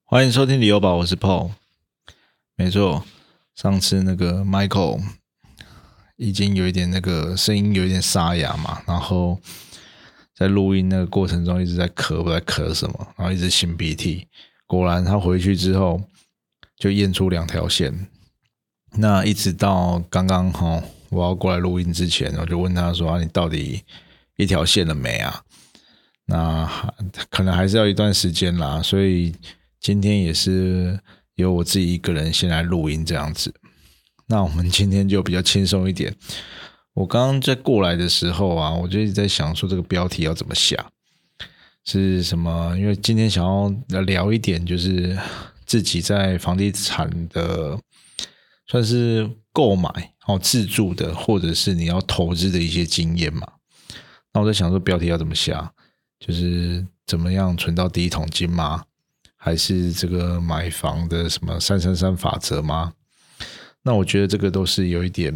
欢迎收听理由宝，我是 Paul。没错，上次那个 Michael 已经有一点那个声音有一点沙哑嘛，然后在录音那个过程中一直在咳，不知道在咳什么，然后一直擤鼻涕。果然他回去之后就验出2条线。那一直到刚刚我要过来录音之前，我就问他说：“你到底1条线了没啊？”那可能还是要一段时间啦，所以今天也是由我自己一个人先来录音这样子。那我们今天就比较轻松一点。我刚刚在过来的时候啊，我就一直在想说这个标题要怎么下，是什么？因为今天想要聊一点，就是自己在房地产的算是购买自住的，或者是你要投资的一些经验嘛。那我在想说标题要怎么下，就是怎么样存到第一桶金吗？还是这个买房的什么333法则吗？那我觉得这个都是有一点，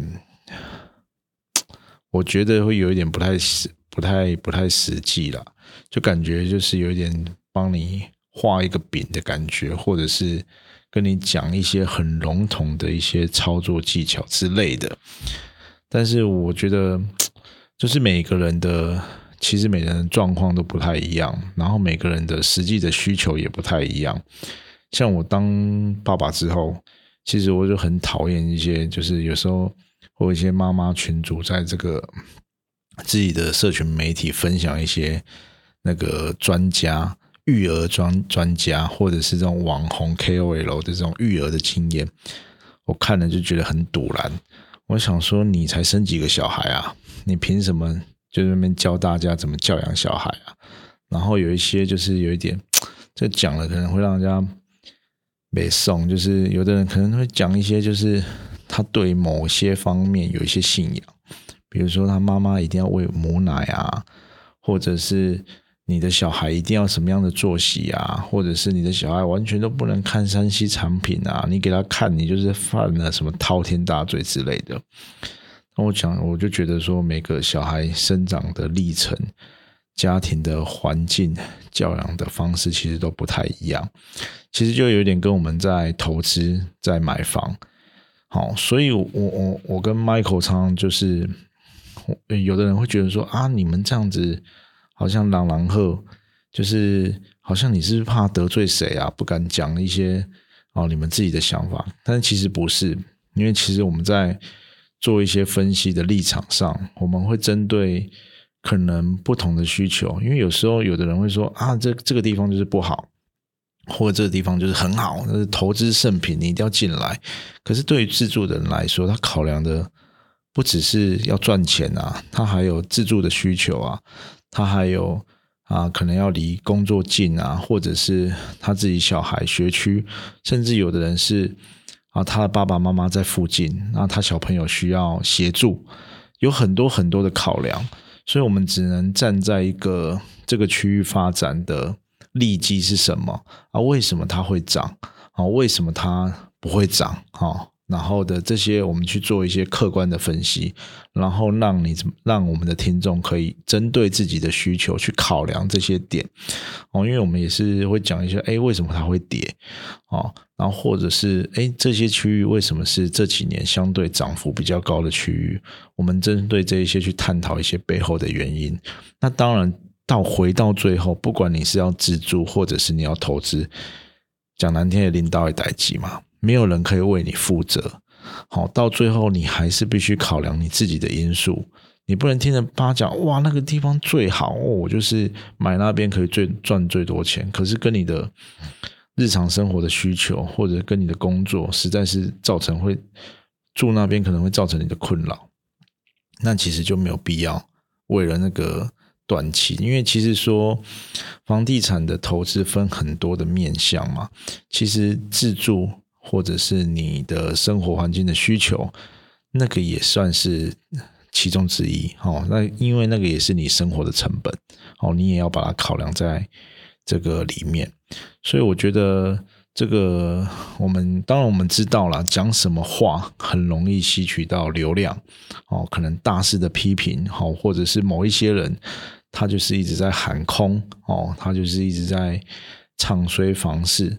我觉得会有一点不太实际啦，就感觉就是有一点帮你画一个饼的感觉，或者是跟你讲一些很笼统的一些操作技巧之类的。但是我觉得就是其实每个人的状况都不太一样，然后每个人的实际的需求也不太一样。像我当爸爸之后，其实我就很讨厌一些，就是有时候会有一些妈妈群组在这个自己的社群媒体分享一些那个专家、育儿专家，或者是这种网红 KOL 的这种育儿的经验，我看了就觉得很堵然。我想说，你才生几个小孩啊？你凭什么就在那边教大家怎么教养小孩啊？然后有一些就是有一点，这讲了可能会让人家没送，就是有的人可能会讲一些，就是他对某些方面有一些信仰，比如说他妈妈一定要喂母奶啊，或者是你的小孩一定要什么样的作息啊，或者是你的小孩完全都不能看3C 产品啊，你给他看你就是犯了什么滔天大罪之类的。那我就觉得说每个小孩生长的历程、家庭的环境、教养的方式其实都不太一样，其实就有点跟我们在投资、在买房。好，所以我跟 Michael 常常就是有的人会觉得说啊，你们这样子好像朗朗赫，就是好像你是不是怕得罪谁啊，不敢讲一些你们自己的想法。但是其实不是，因为其实我们在做一些分析的立场上，我们会针对可能不同的需求，因为有时候有的人会说啊，这个地方就是不好，或者这个地方就是很好，那是投资圣品，你一定要进来。可是对于自住的人来说，他考量的不只是要赚钱啊，他还有自住的需求啊，他还有可能要离工作近啊，或者是他自己小孩学区，甚至有的人是他的爸爸妈妈在附近，那他小朋友需要协助，有很多很多的考量，所以我们只能站在一个这个区域发展的利基是什么啊？为什么它会涨啊？为什么它不会涨啊？然后的这些我们去做一些客观的分析，然后让我们的听众可以针对自己的需求去考量这些点因为我们也是会讲一下为什么它会跌然后或者是这些区域为什么是这几年相对涨幅比较高的区域，我们针对这一些去探讨一些背后的原因。那当然回到最后，不管你是要自住或者是你要投资，讲难听的领导的代志嘛，没有人可以为你负责。好，到最后你还是必须考量你自己的因素，你不能听人叭讲哇那个地方最好我就是买那边可以赚最多钱，可是跟你的日常生活的需求或者跟你的工作实在是会住那边可能会造成你的困扰，那其实就没有必要为了那个短期，因为其实说房地产的投资分很多的面向嘛，其实自住或者是你的生活环境的需求，那个也算是其中之一那因为那个也是你生活的成本你也要把它考量在这个里面。所以我觉得这个当然我们知道啦，讲什么话很容易吸取到流量可能大肆的批评或者是某一些人他就是一直在喊空他就是一直在唱衰房市，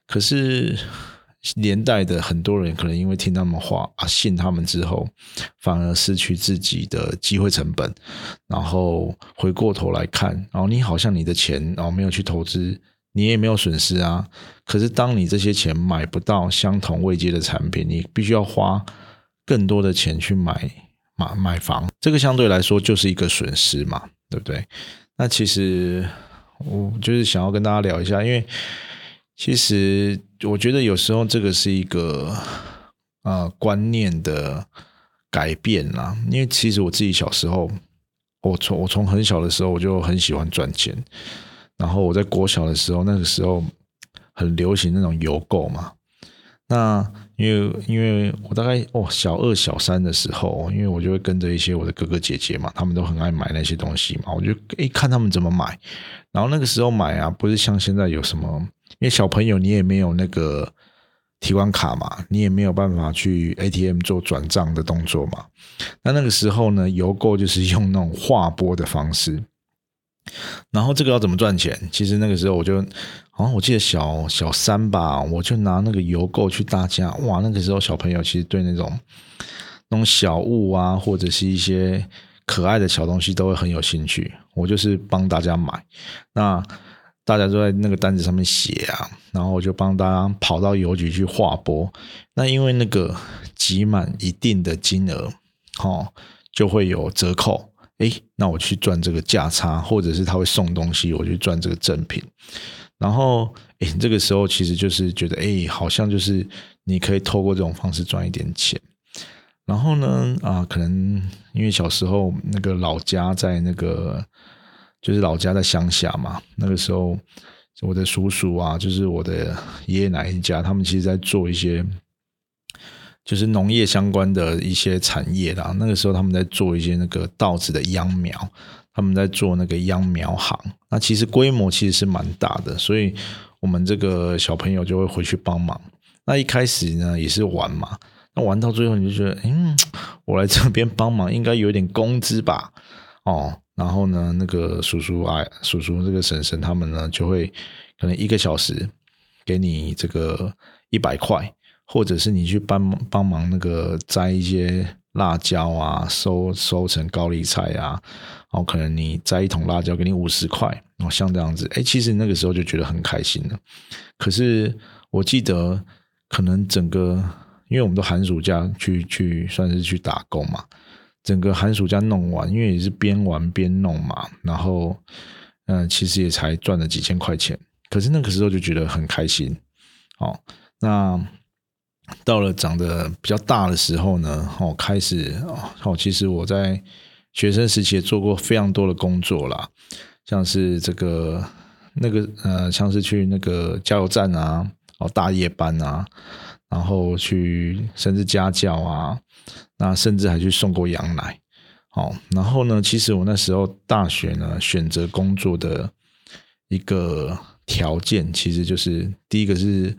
可是连带的很多人可能因为听他们话信他们之后，反而失去自己的机会成本，然后回过头来看，然后你好像你的钱没有去投资，你也没有损失啊。可是当你这些钱买不到相同位阶的产品，你必须要花更多的钱去买房，这个相对来说就是一个损失嘛，对不对？那其实我就是想要跟大家聊一下，因为其实我觉得有时候这个是一个观念的改变啦。因为其实我自己小时候，我从很小的时候我就很喜欢赚钱，然后我在国小的时候，那个时候很流行那种邮购嘛。那因为我大概小二小三的时候，因为我就会跟着一些我的哥哥姐姐嘛，他们都很爱买那些东西嘛，我就看他们怎么买。然后那个时候买啊，不是像现在有什么，因为小朋友你也没有那个提款卡嘛，你也没有办法去 ATM 做转账的动作嘛。那个时候呢，邮购就是用那种划拨的方式。然后这个要怎么赚钱？其实那个时候我记得小三吧，我就拿那个邮购去大家，哇，那个时候小朋友其实对那种小物啊，或者是一些可爱的小东西都会很有兴趣。我就是帮大家买，那大家都在那个单子上面写啊，然后我就帮大家跑到邮局去划拨。那因为那个集满一定的金额，就会有折扣。那我去赚这个价差，或者是他会送东西，我去赚这个赠品。然后这个时候其实就是觉得好像就是你可以透过这种方式赚一点钱。然后呢可能因为小时候那个老家在那个就是老家在乡下嘛，那个时候我的叔叔啊，就是我的爷爷奶奶家，他们其实在做一些就是农业相关的一些产业啦。那个时候他们在做一些那个稻子的秧苗，他们在做那个秧苗行，那其实规模其实是蛮大的，所以我们这个小朋友就会回去帮忙。那一开始呢也是玩嘛，那玩到最后你就觉得我来这边帮忙应该有点工资吧，然后呢那个叔叔这个婶婶他们呢就会可能1个小时给你这个100块，或者是你去帮忙那个摘一些辣椒啊，收成高丽菜啊，可能你摘一桶辣椒给你50块，像这样子，其实那个时候就觉得很开心了。可是我记得可能整个，因为我们都寒暑假去算是去打工嘛，整个寒暑假弄完，因为也是边玩边弄嘛，然后其实也才赚了几千块钱，可是那个时候就觉得很开心。那到了长得比较大的时候呢，开始其实我在学生时期也做过非常多的工作啦，像是这个像是去那个加油站啊，大夜班啊，然后去甚至家教啊，那甚至还去送过羊奶。然后呢，其实我那时候大学呢选择工作的一个条件，其实就是第一个是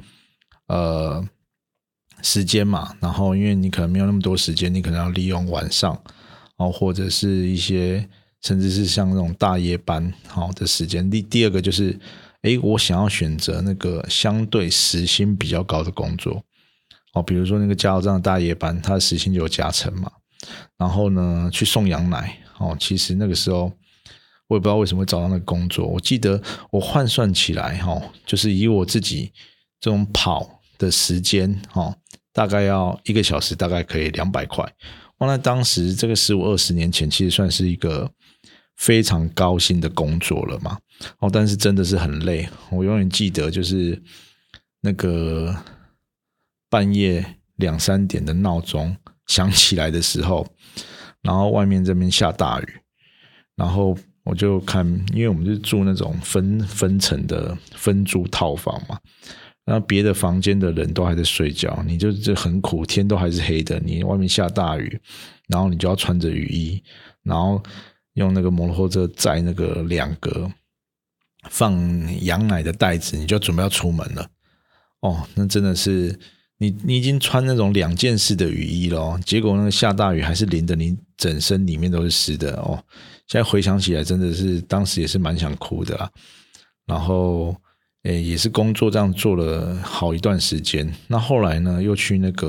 时间嘛，然后因为你可能没有那么多时间，你可能要利用晚上或者是一些甚至是像那种大夜班的时间。第二个就是我想要选择那个相对时薪比较高的工作，比如说那个加油站的大夜班，它的时薪就有加成嘛。然后呢去送羊奶，其实那个时候我也不知道为什么会找到那个工作，我记得我换算起来就是以我自己这种跑的时间大概要1个小时大概可以200块。那当时这个15、20年前其实算是一个非常高薪的工作了嘛。但是真的是很累，我永远记得就是那个半夜2、3点的闹钟响起来的时候，然后外面这边下大雨，然后我就看，因为我们是住那种分层的分租套房嘛，那别的房间的人都还在睡觉，你就很苦，天都还是黑的，你外面下大雨，然后你就要穿着雨衣，然后用那个摩托车载那个2个放羊奶的袋子，你就准备要出门了。那真的是你已经穿那种2件式的雨衣了，结果那个下大雨还是淋得你整身里面都是湿的现在回想起来真的是当时也是蛮想哭的啦。然后也是工作这样做了好一段时间。那后来呢，又去那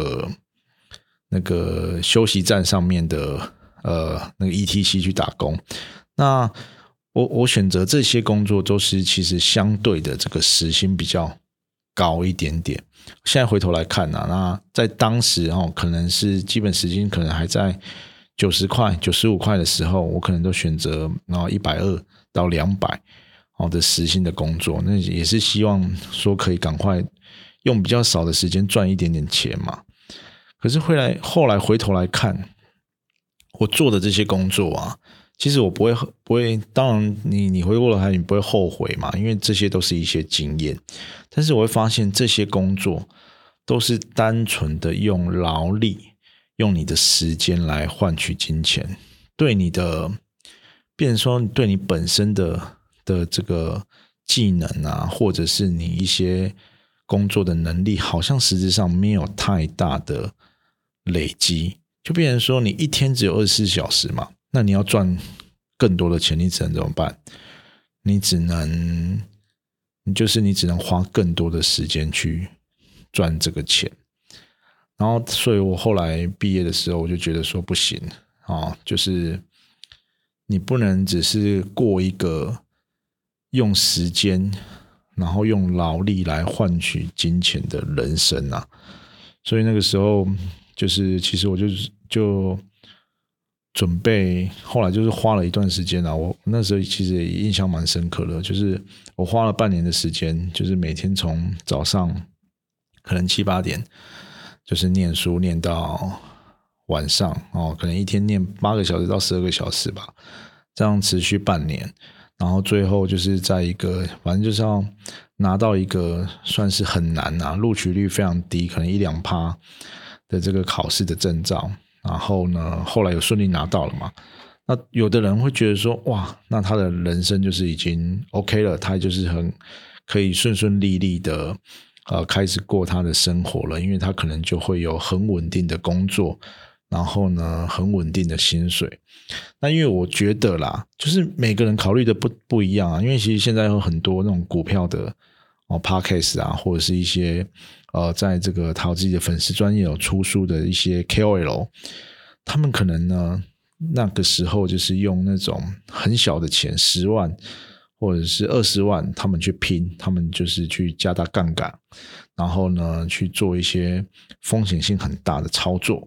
个休息站上面的那个 ETC 去打工。那我选择这些工作都是其实相对的这个时薪比较高一点点。现在回头来看啊，那在当时可能是基本时薪可能还在90块、95块的时候，我可能都选择120到200的时薪的工作，那也是希望说可以赶快用比较少的时间赚一点点钱嘛。可是后来回头来看，我做的这些工作啊，其实我不会，当然你回过头来你不会后悔嘛，因为这些都是一些经验。但是我会发现这些工作都是单纯的用劳力，用你的时间来换取金钱，对你的，变成说对你本身的这个技能啊，或者是你一些工作的能力，好像实质上没有太大的累积，就变成说你一天只有24小时嘛，那你要赚更多的钱，你只能怎么办？你只能花更多的时间去赚这个钱。然后所以我后来毕业的时候，我就觉得说不行就是你不能只是过一个用时间然后用劳力来换取金钱的人生啊。所以那个时候就是其实我就准备，后来就是花了一段时间啊，我那时候其实也印象蛮深刻的，就是我花了半年的时间，就是每天从早上可能7、8点就是念书念到晚上可能一天念8个小时到12个小时吧，这样持续半年。然后最后就是在一个反正就是要拿到一个算是很难啊，录取率非常低，可能1-2%的这个考试的证照。然后呢，后来有顺利拿到了嘛。那有的人会觉得说，哇，那他的人生就是已经 OK 了，他就是很可以顺顺利利的开始过他的生活了，因为他可能就会有很稳定的工作，然后呢很稳定的薪水。那因为我觉得啦，就是每个人考虑的不一样啊，因为其实现在有很多那种股票的podcast 啊，或者是一些在这个他自己的粉丝专页有出书的一些 KOL， 他们可能呢那个时候就是用那种很小的钱10万或者是20万，他们去拼，他们就是去加大杠杆，然后呢去做一些风险性很大的操作。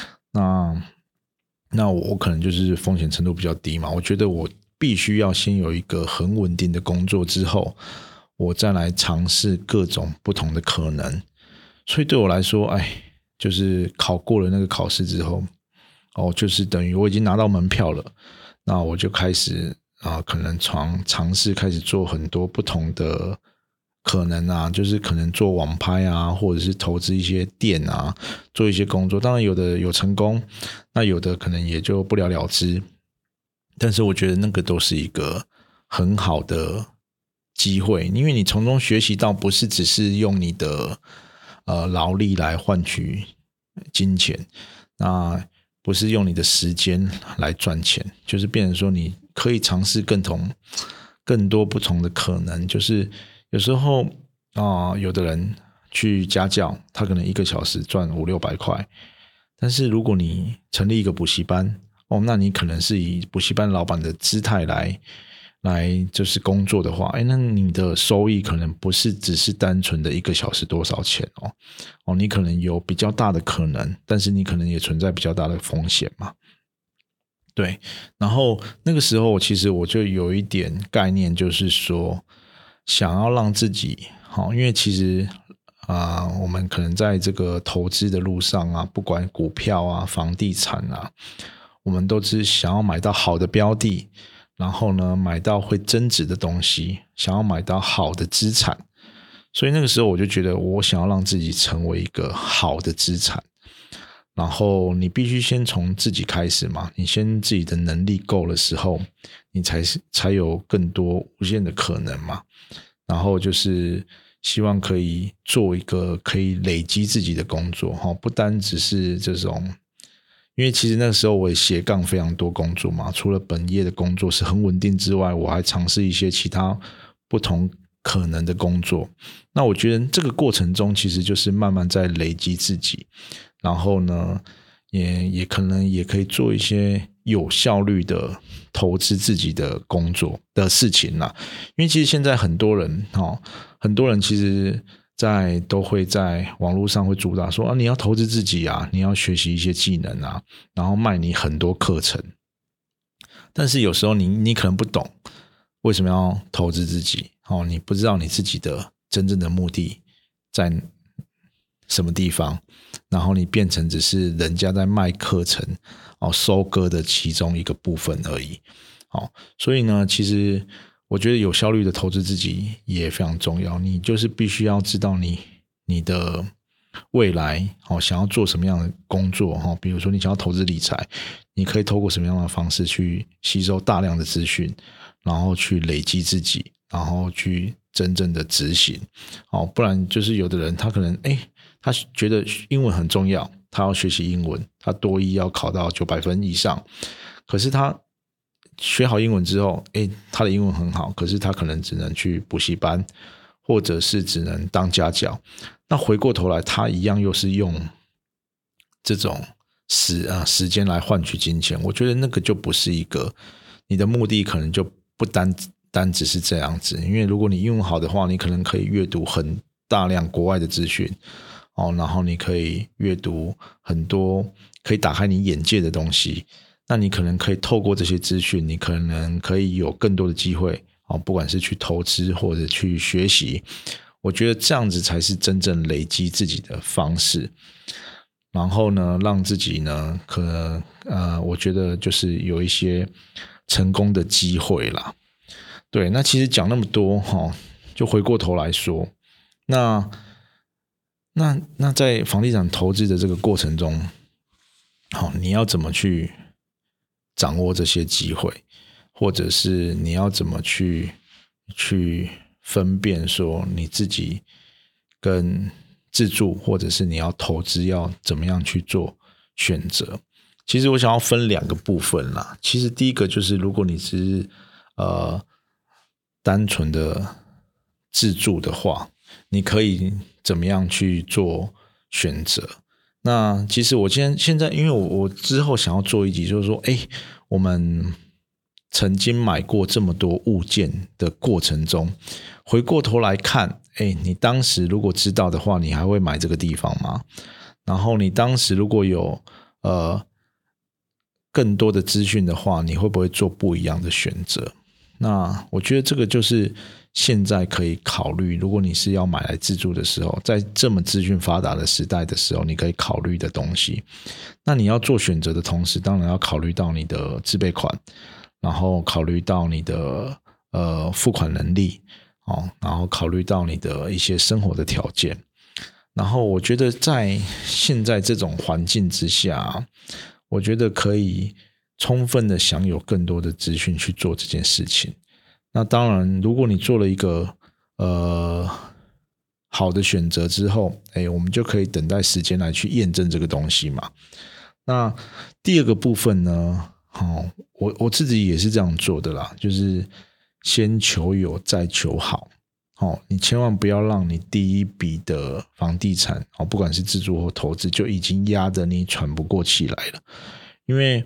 那我可能就是风险程度比较低嘛，我觉得我必须要先有一个很稳定的工作之后，我再来尝试各种不同的可能。所以对我来说，就是考过了那个考试之后，就是等于我已经拿到门票了，那我就开始可能尝试开始做很多不同的可能啊，就是可能做网拍啊，或者是投资一些店啊，做一些工作。当然有的有成功，那有的可能也就不了了之。但是我觉得那个都是一个很好的机会，因为你从中学习到不是只是用你的劳力来换取金钱，那不是用你的时间来赚钱，就是变成说你可以尝试更多不同的可能。就是有时候有的人去家教，他可能1个小时赚500-600块，但是如果你成立一个补习班那你可能是以补习班老板的姿态来就是工作的话，那你的收益可能不是只是单纯的1个小时多少钱你可能有比较大的可能，但是你可能也存在比较大的风险嘛。对，然后那个时候其实我就有一点概念，就是说想要让自己因为其实我们可能在这个投资的路上啊，不管股票啊、房地产啊，我们都是想要买到好的标的，然后呢买到会增值的东西，想要买到好的资产。所以那个时候我就觉得我想要让自己成为一个好的资产，然后你必须先从自己开始嘛，你先自己的能力够的时候，你才有更多无限的可能嘛。然后就是希望可以做一个可以累积自己的工作不单只是这种，因为其实那个时候我也斜杠非常多工作嘛，除了本业的工作是很稳定之外，我还尝试一些其他不同可能的工作。那我觉得这个过程中其实就是慢慢在累积自己，然后呢也可能也可以做一些有效率的投资自己的工作的事情啦。因为其实现在很多人其实都会在网络上会主打说你要投资自己啊，你要学习一些技能啊，然后卖你很多课程。但是有时候你可能不懂为什么要投资自己，你不知道你自己的真正的目的在什么地方，然后你变成只是人家在卖课程收割的其中一个部分而已。所以呢，其实我觉得有效率的投资自己也非常重要。你就是必须要知道你的未来想要做什么样的工作，比如说你想要投资理财，你可以透过什么样的方式去吸收大量的资讯，然后去累积自己，然后去真正的执行。不然就是有的人他可能他觉得英文很重要，他要学习英文，他多益要考到900分以上，可是他学好英文之后他的英文很好，可是他可能只能去补习班，或者是只能当家教。那回过头来他一样又是用这种时间来换取金钱，我觉得那个就不是一个，你的目的可能就不单只是这样子。因为如果你英文好的话，你可能可以阅读很大量国外的资讯，然后你可以阅读很多可以打开你眼界的东西，那你可能可以透过这些资讯，你可能可以有更多的机会，不管是去投资或者去学习。我觉得这样子才是真正累积自己的方式，然后呢让自己呢可能我觉得就是有一些成功的机会啦。对，那其实讲那么多就回过头来说，那在房地产投资的这个过程中，你要怎么去掌握这些机会，或者是你要怎么去分辨说你自己跟自住或者是你要投资要怎么样去做选择。其实我想要分2个部分啦。其实第一个就是如果你只是单纯的自住的话，你可以怎么样去做选择。那其实我现在因为我之后想要做一集，就是说我们曾经买过这么多物件的过程中，回过头来看你当时如果知道的话，你还会买这个地方吗？然后你当时如果有更多的资讯的话，你会不会做不一样的选择？那我觉得这个就是现在可以考虑，如果你是要买来自住的时候，在这么资讯发达的时代的时候，你可以考虑的东西。那你要做选择的同时，当然要考虑到你的自备款，然后考虑到你的付款能力，然后考虑到你的一些生活的条件。然后我觉得在现在这种环境之下，我觉得可以充分的享有更多的资讯去做这件事情。那当然如果你做了一个好的选择之后，我们就可以等待时间来去验证这个东西嘛。那第2个部分呢，我自己也是这样做的啦，就是先求有再求好。你千万不要让你第一笔的房地产，不管是自住或投资，就已经压得你喘不过气来了。因为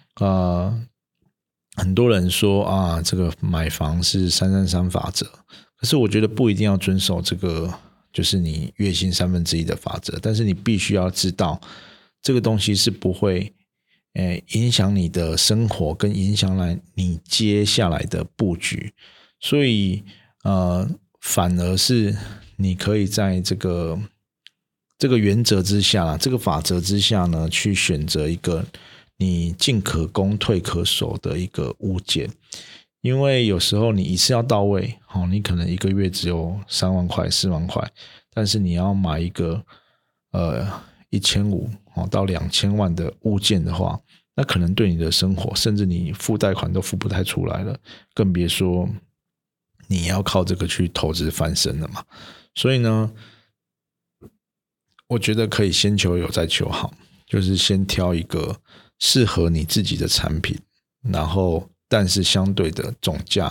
很多人说这个买房是333法则，可是我觉得不一定要遵守这个就是你月薪1/3的法则，但是你必须要知道这个东西是不会影响你的生活跟影响你接下来的布局。所以反而是你可以在这个原则之下，这个法则之下呢，去选择一个你进可攻退可守的一个物件。因为有时候你一次要到位，你可能1个月只有3万块4万块，但是你要买一个1500到2000万的物件的话，那可能对你的生活甚至你付贷款都付不太出来了，更别说你要靠这个去投资翻身了嘛。所以呢，我觉得可以先求有再求好，就是先挑一个适合你自己的产品，然后但是相对的总价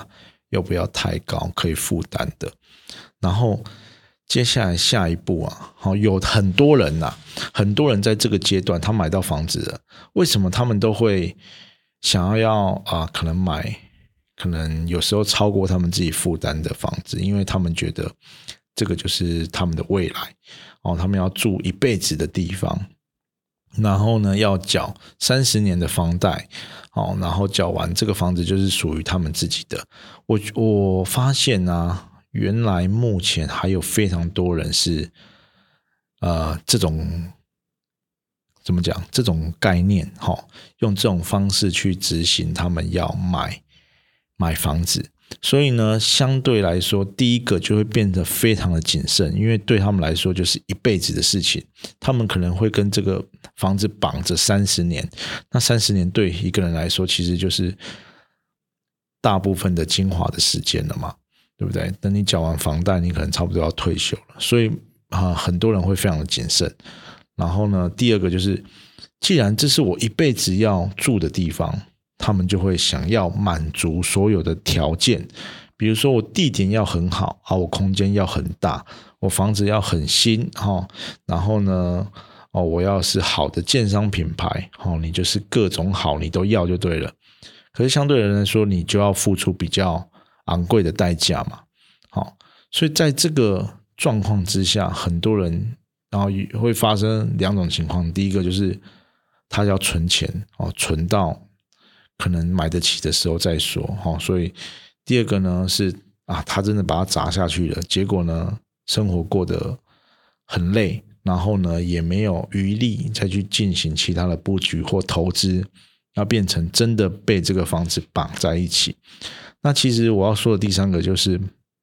要不要太高，可以负担的。然后接下来下一步啊，有很多人很多人在这个阶段他买到房子了，为什么他们都会想要可能买可能有时候超过他们自己负担的房子，因为他们觉得这个就是他们的未来他们要住一辈子的地方，然后呢要缴30年的房贷然后缴完这个房子就是属于他们自己的。我发现原来目前还有非常多人是这种怎么讲，这种概念用这种方式去执行他们要买房子。所以呢相对来说第一个就会变得非常的谨慎，因为对他们来说就是一辈子的事情，他们可能会跟这个房子绑着30年，那30年对一个人来说其实就是大部分的精华的时间了嘛，对不对？等你缴完房贷你可能差不多要退休了，所以很多人会非常的谨慎。然后呢第二个就是既然这是我一辈子要住的地方，他们就会想要满足所有的条件，比如说我地点要很好我空间要很大，我房子要很新然后呢我要是好的建商品牌你就是各种好你都要就对了。可是相对人来说你就要付出比较昂贵的代价嘛所以在这个状况之下，很多人然后会发生2种情况，第一个就是他要存钱存到可能买得起的时候再说所以第二个呢是他真的把它砸下去了，结果呢生活过得很累，然后呢也没有余力再去进行其他的布局或投资，要变成真的被这个房子绑在一起。那其实我要说的第3个就是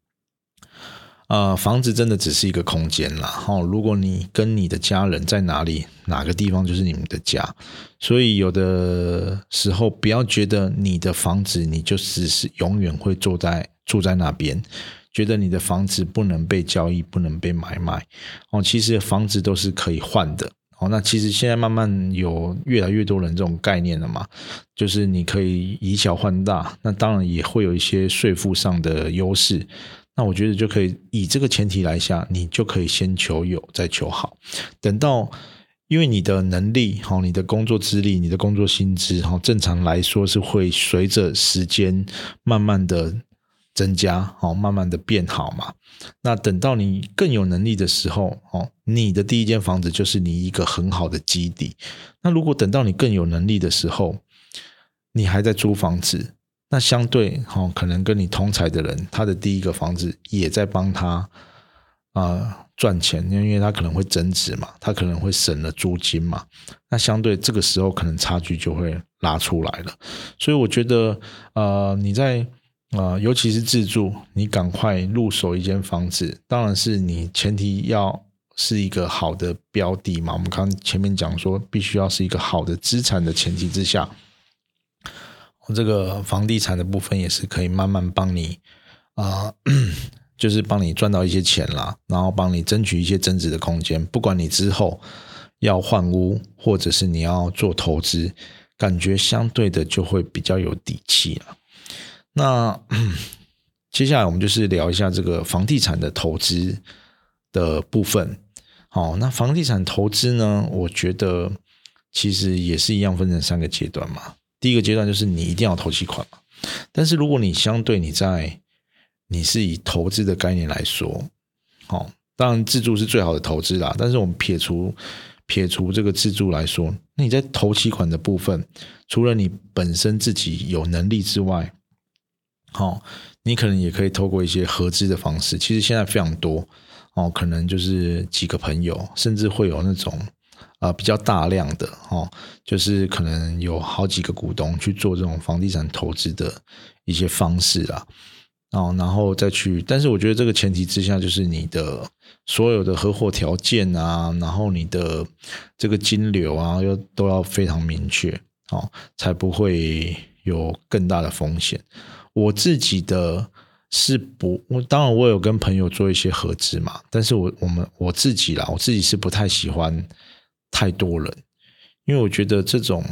房子真的只是一个空间啦如果你跟你的家人在哪里，哪个地方就是你们的家，所以有的时候不要觉得你的房子你就只是永远会住在那边，觉得你的房子不能被交易，不能被买卖其实房子都是可以换的那其实现在慢慢有越来越多人这种概念了嘛，就是你可以以小换大，那当然也会有一些税负上的优势，那我觉得就可以以这个前提来下，你就可以先求有再求好，等到因为你的能力你的工作资历，你的工作薪资正常来说是会随着时间慢慢的增加慢慢的变好嘛。那等到你更有能力的时候你的第一间房子就是你一个很好的基底。那如果等到你更有能力的时候，你还在租房子，那相对可能跟你同才的人，他的第一个房子也在帮他赚钱，因为他可能会增值嘛，他可能会省了租金嘛，那相对这个时候可能差距就会拉出来了。所以我觉得你在尤其是自住，你赶快入手一间房子，当然是你前提要是一个好的标的嘛，我们刚前面讲说必须要是一个好的资产的前提之下，这个房地产的部分也是可以慢慢帮你就是帮你赚到一些钱啦，然后帮你争取一些增值的空间，不管你之后要换屋或者是你要做投资，感觉相对的就会比较有底气啦。那接下来我们就是聊一下这个房地产的投资的部分。那房地产投资呢，我觉得其实也是一样分成3个阶段嘛。第一个阶段就是你一定要头期款嘛，但是如果你相对你是以投资的概念来说当然自住是最好的投资啦，但是我们撇除这个自住来说，那你在头期款的部分，除了你本身自己有能力之外你可能也可以透过一些合资的方式，其实现在非常多可能就是几个朋友，甚至会有那种比较大量的就是可能有好几个股东去做这种房地产投资的一些方式啦然后再去，但是我觉得这个前提之下，就是你的所有的合伙条件然后你的这个金流都要非常明确才不会有更大的风险。我自己的是当然我有跟朋友做一些合资嘛，但是我自己是不太喜欢太多人，因为我觉得这种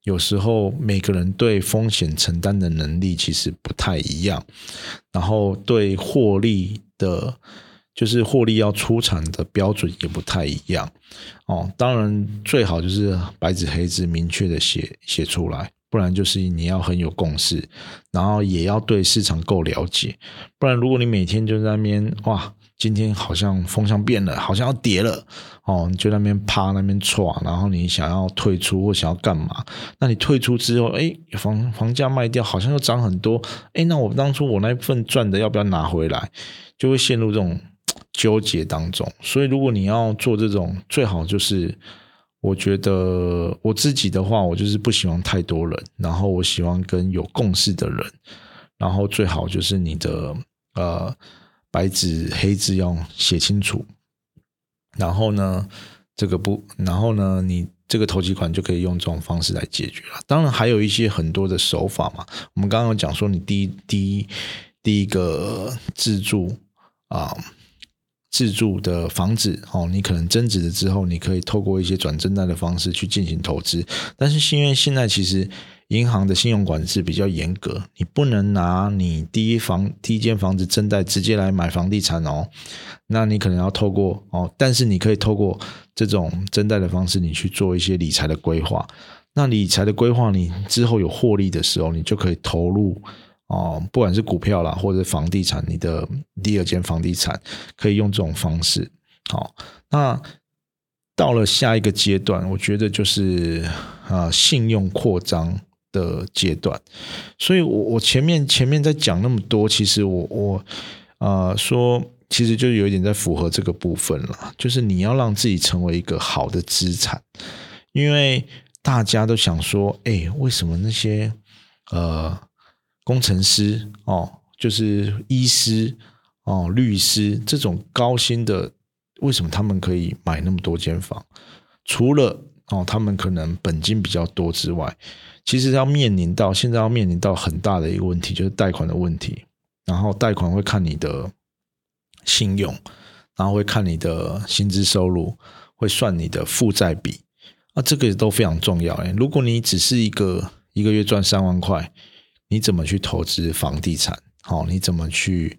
有时候每个人对风险承担的能力其实不太一样，然后对获利的，就是获利要出场的标准也不太一样哦。当然最好就是白纸黑字明确的写出来，不然就是你要很有共识，然后也要对市场够了解，不然如果你每天就在那边哇，今天好像风向变了，好像要跌了哦，你就在那边趴那边戳，然后你想要退出或想要干嘛？那你退出之后，房价卖掉好像又涨很多，那我当初我那份赚的要不要拿回来？就会陷入这种纠结当中。所以如果你要做这种，最好就是我觉得我自己的话，我就是不喜欢太多人，然后我喜欢跟有共识的人，然后最好就是你的白纸黑字要写清楚，然后呢你这个投机款就可以用这种方式来解决了。当然还有一些很多的手法嘛，我们刚刚有讲说你第一个自住的房子你可能增值了之后，你可以透过一些转正贷的方式去进行投资，但是因为现在其实银行的信用管制比较严格，你不能拿你第一间房子增贷直接来买房地产那你可能要透过但是你可以透过这种增贷的方式，你去做一些理财的规划。那理财的规划，你之后有获利的时候，你就可以投入不管是股票啦，或者房地产，你的第二间房地产可以用这种方式。好，那到了下一个阶段，我觉得就是信用扩张的阶段。所以我前面在讲那么多，其实我说其实就有一点在符合这个部分了，就是你要让自己成为一个好的资产。因为大家都想说为什么那些工程师就是医师律师这种高薪的，为什么他们可以买那么多间房？除了他们可能本金比较多之外，其实现在要面临到很大的一个问题，就是贷款的问题。然后贷款会看你的信用，然后会看你的薪资收入，会算你的负债比这个都非常重要。如果你只是一个月赚3万块，你怎么去投资房地产？你怎么去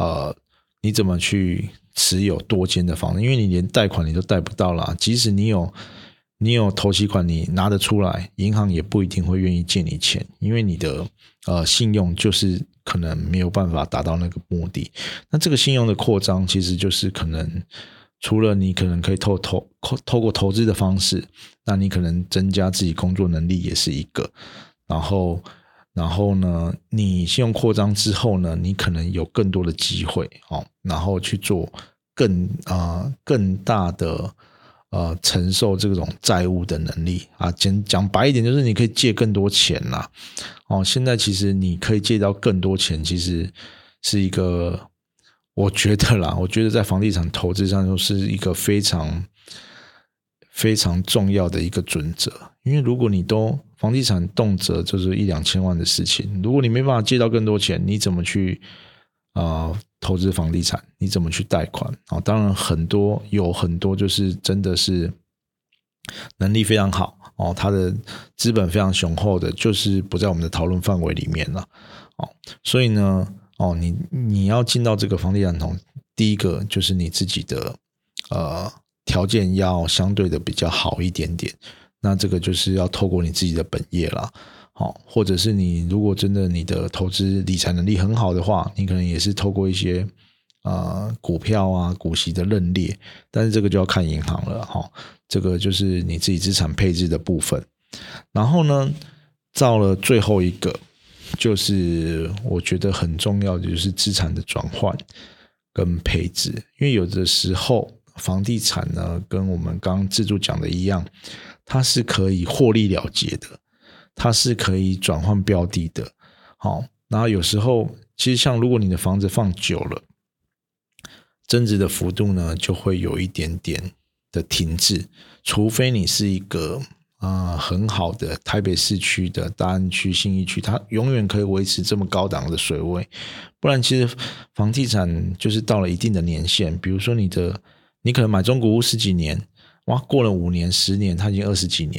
持有多间的房子？因为你连贷款你都贷不到啦，即使你有头期款，你拿得出来，银行也不一定会愿意借你钱，因为你的信用就是可能没有办法达到那个目的。那这个信用的扩张，其实就是可能除了你可能可以透过投资的方式，那你可能增加自己工作能力也是一个。然后呢，你信用扩张之后呢，你可能有更多的机会然后去做更大的承受这种债务的能力讲白一点，就是你可以借更多钱啦现在其实你可以借到更多钱，其实是一个我觉得在房地产投资上就是一个非常非常重要的一个准则。因为如果你房地产动辄就是1-2千万的事情，如果你没办法借到更多钱，你怎么去投资房地产？你怎么去贷款当然有很多就是真的是能力非常好他的资本非常雄厚的，就是不在我们的讨论范围里面了所以呢你要进到这个房地产第一个就是你自己的条件要相对的比较好一点点，那这个就是要透过你自己的本业啦或者是你如果真的你的投资理财能力很好的话，你可能也是透过一些股票股息的认列，但是这个就要看银行了这个就是你自己资产配置的部分。然后呢，到了最后一个，就是我觉得很重要的就是资产的转换跟配置。因为有的时候房地产呢跟我们刚刚自助讲的一样，它是可以获利了结的，它是可以转换标的的然后有时候其实像如果你的房子放久了，增值的幅度呢就会有一点点的停滞，除非你是一个很好的台北市区的大安区、信义区，它永远可以维持这么高档的水位。不然其实房地产就是到了一定的年限，比如说你可能买中古屋10几年，哇，过了5年10年它已经20几年了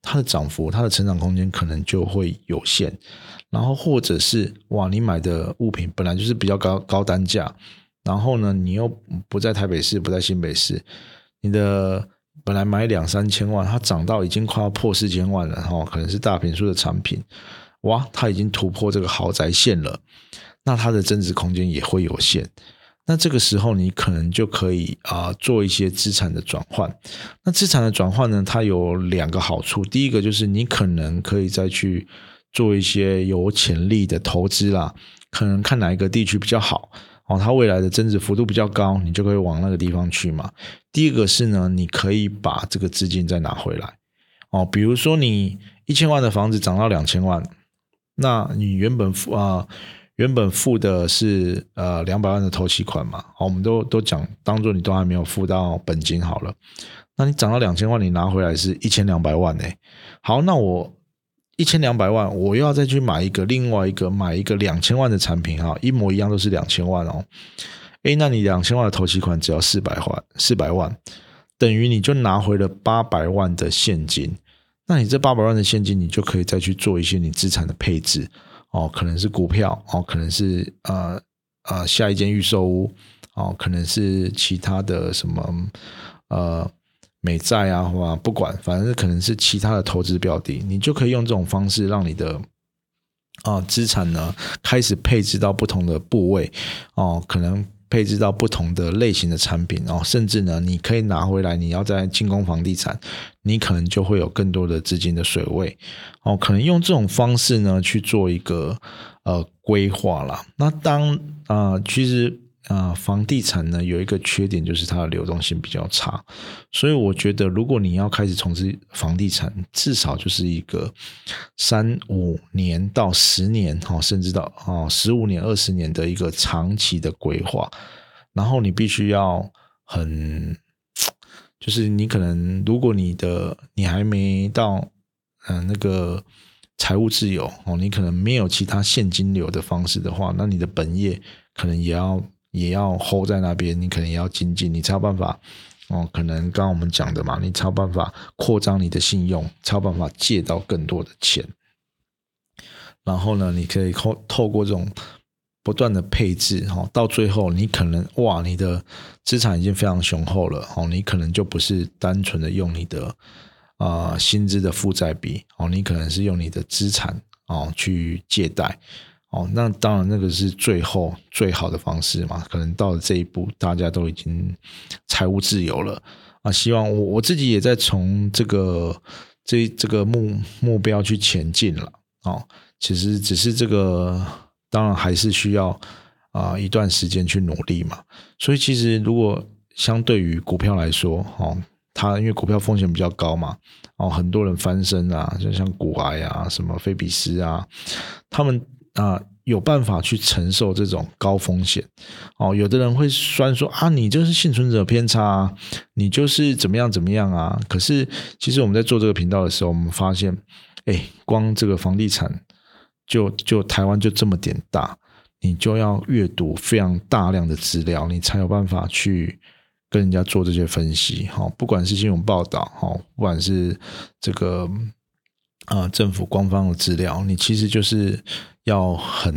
它的涨幅、它的成长空间可能就会有限。然后或者是你买的物品本来就是比较高单价，然后呢你又不在台北市，不在新北市，你的本来买2-3千万，它涨到已经快要破4000万了，可能是大坪数的产品，它已经突破这个豪宅线了，那它的增值空间也会有限。那这个时候你可能就可以做一些资产的转换。那资产的转换呢，它有2个好处。第一个就是你可能可以再去做一些有潜力的投资啦，可能看哪一个地区比较好它未来的增值幅度比较高，你就可以往那个地方去嘛。第二个是呢，你可以把这个资金再拿回来比如说你1000万的房子涨到2000万，那你原本付的是200万的头期款嘛，我们都讲当做你都还没有付到本金好了。那你涨到2000万，你拿回来是1200万好，那我1200万，我又要再去买另外一个2000万的产品一模一样都是2000万那你2000万的头期款只要400万，等于你就拿回了800万的现金。那你这800万的现金，你就可以再去做一些你资产的配置可能是股票可能是下一间预售屋可能是其他的什么美债不管，反正可能是其他的投资标的，你就可以用这种方式让你的资产呢开始配置到不同的部位可能配置到不同的类型的产品甚至呢你可以拿回来，你要再进攻房地产，你可能就会有更多的资金的水位可能用这种方式呢去做一个规划啦。那其实房地产呢有一个缺点，就是它的流动性比较差，所以我觉得如果你要开始从事房地产，至少就是一个3-5年到10年甚至到15年20年的一个长期的规划。然后你必须要就是你可能如果你还没到那个财务自由你可能没有其他现金流的方式的话，那你的本业可能也要 hold 在那边，你可能也要精进，你才有办法可能刚刚我们讲的嘛，你才有办法扩张你的信用，才有办法借到更多的钱。然后呢，你可以透过这种不断的配置到最后你可能你的资产已经非常雄厚了你可能就不是单纯的用你的薪资的负债比你可能是用你的资产去借贷那当然那个是最后最好的方式嘛，可能到了这一步大家都已经财务自由了希望我自己也在从这个目标去前进了其实只是这个当然还是需要一段时间去努力嘛。所以其实如果相对于股票来说它因为股票风险比较高嘛很多人翻身就像股癌什么菲比斯他们有办法去承受这种高风险有的人会酸说你就是幸存者偏差你就是怎么样可是其实我们在做这个频道的时候，我们发现光这个房地产就台湾就这么点大，你就要阅读非常大量的资料，你才有办法去跟人家做这些分析不管是新闻报道不管是这个政府官方的资料，你其实就是要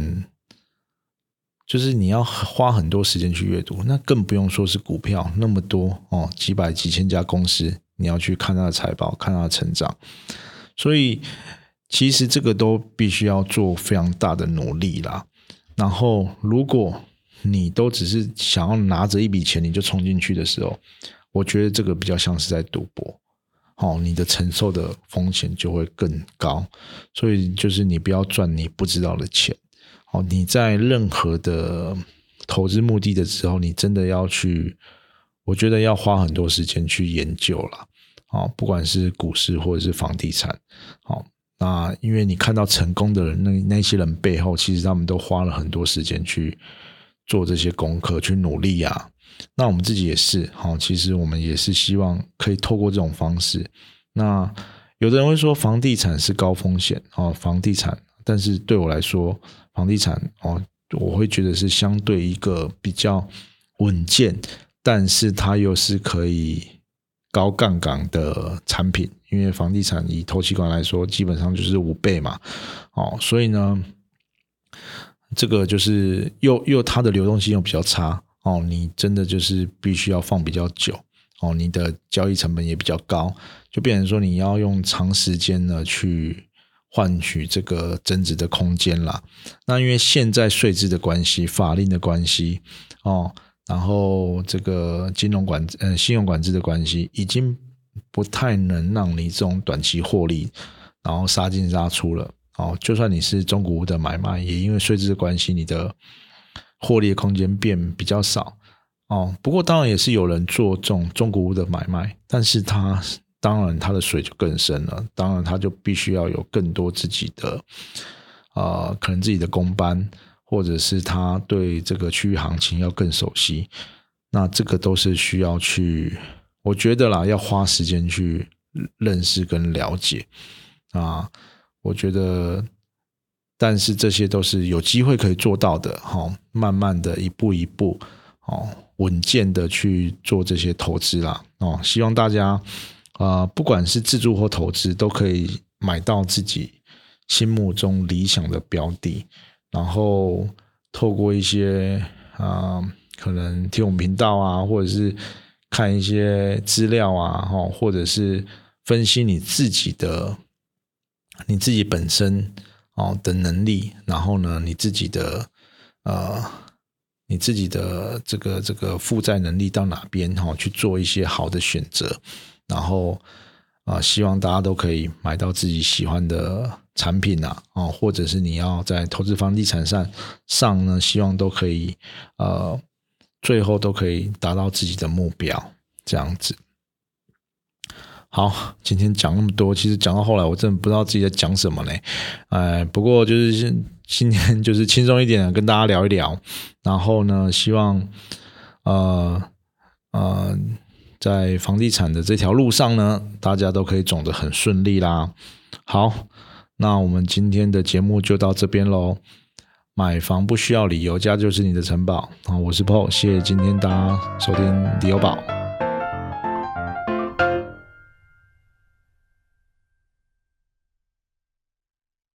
就是你要花很多时间去阅读，那更不用说是股票那么多几百几千家公司，你要去看它的财报，看它的成长，所以其实这个都必须要做非常大的努力啦。然后如果你都只是想要拿着一笔钱你就冲进去的时候，我觉得这个比较像是在赌博你的承受的风险就会更高。所以就是你不要赚你不知道的钱你在任何的投资目的的时候，你真的要去，我觉得要花很多时间去研究啦不管是股市或者是房地产那因为你看到成功的人，那些人背后其实他们都花了很多时间去做这些功课，去努力那我们自己也是其实我们也是希望可以透过这种方式。那有的人会说房地产是高风险房地产，但是对我来说房地产我会觉得是相对一个比较稳健，但是它又是可以高杠杆的产品，因为房地产以头期款来说，基本上就是5倍嘛，所以呢，这个就是又它的流动性又比较差，你真的就是必须要放比较久，你的交易成本也比较高，就变成说你要用长时间呢去换取这个增值的空间啦。那因为现在税制的关系、法令的关系，然后这个信用管制的关系，已经不太能让你这种短期获利，然后杀进杀出了。就算你是中古屋的买卖，也因为税制的关系，你的获利的空间变比较少。不过当然也是有人做这种中古屋的买卖，但是当然他的水就更深了，当然他就必须要有更多自己的可能自己的工班，或者是他对这个区域行情要更熟悉，那这个都是需要去，我觉得啦，要花时间去认识跟了解啊。我觉得，但是这些都是有机会可以做到的，慢慢的一步一步，稳健的去做这些投资啦。希望大家不管是自住或投资，都可以买到自己心目中理想的标的，然后透过一些可能听我们频道啊，或者是看一些资料啊，或者是分析你自己本身的能力，然后呢你自己的这个负债能力到哪边去做一些好的选择，然后希望大家都可以买到自己喜欢的产品或者是你要在投资房地产上呢，希望都可以最后都可以达到自己的目标，这样子。好，今天讲那么多，其实讲到后来我真的不知道自己在讲什么呢。不过就是今天就是轻松一点的跟大家聊一聊，然后呢希望在房地产的这条路上呢，大家都可以走得很顺利啦。好，那我们今天的节目就到这边咯。买房不需要理由，家就是你的城堡。我是 Paul， 谢谢今天大家收听理由宝。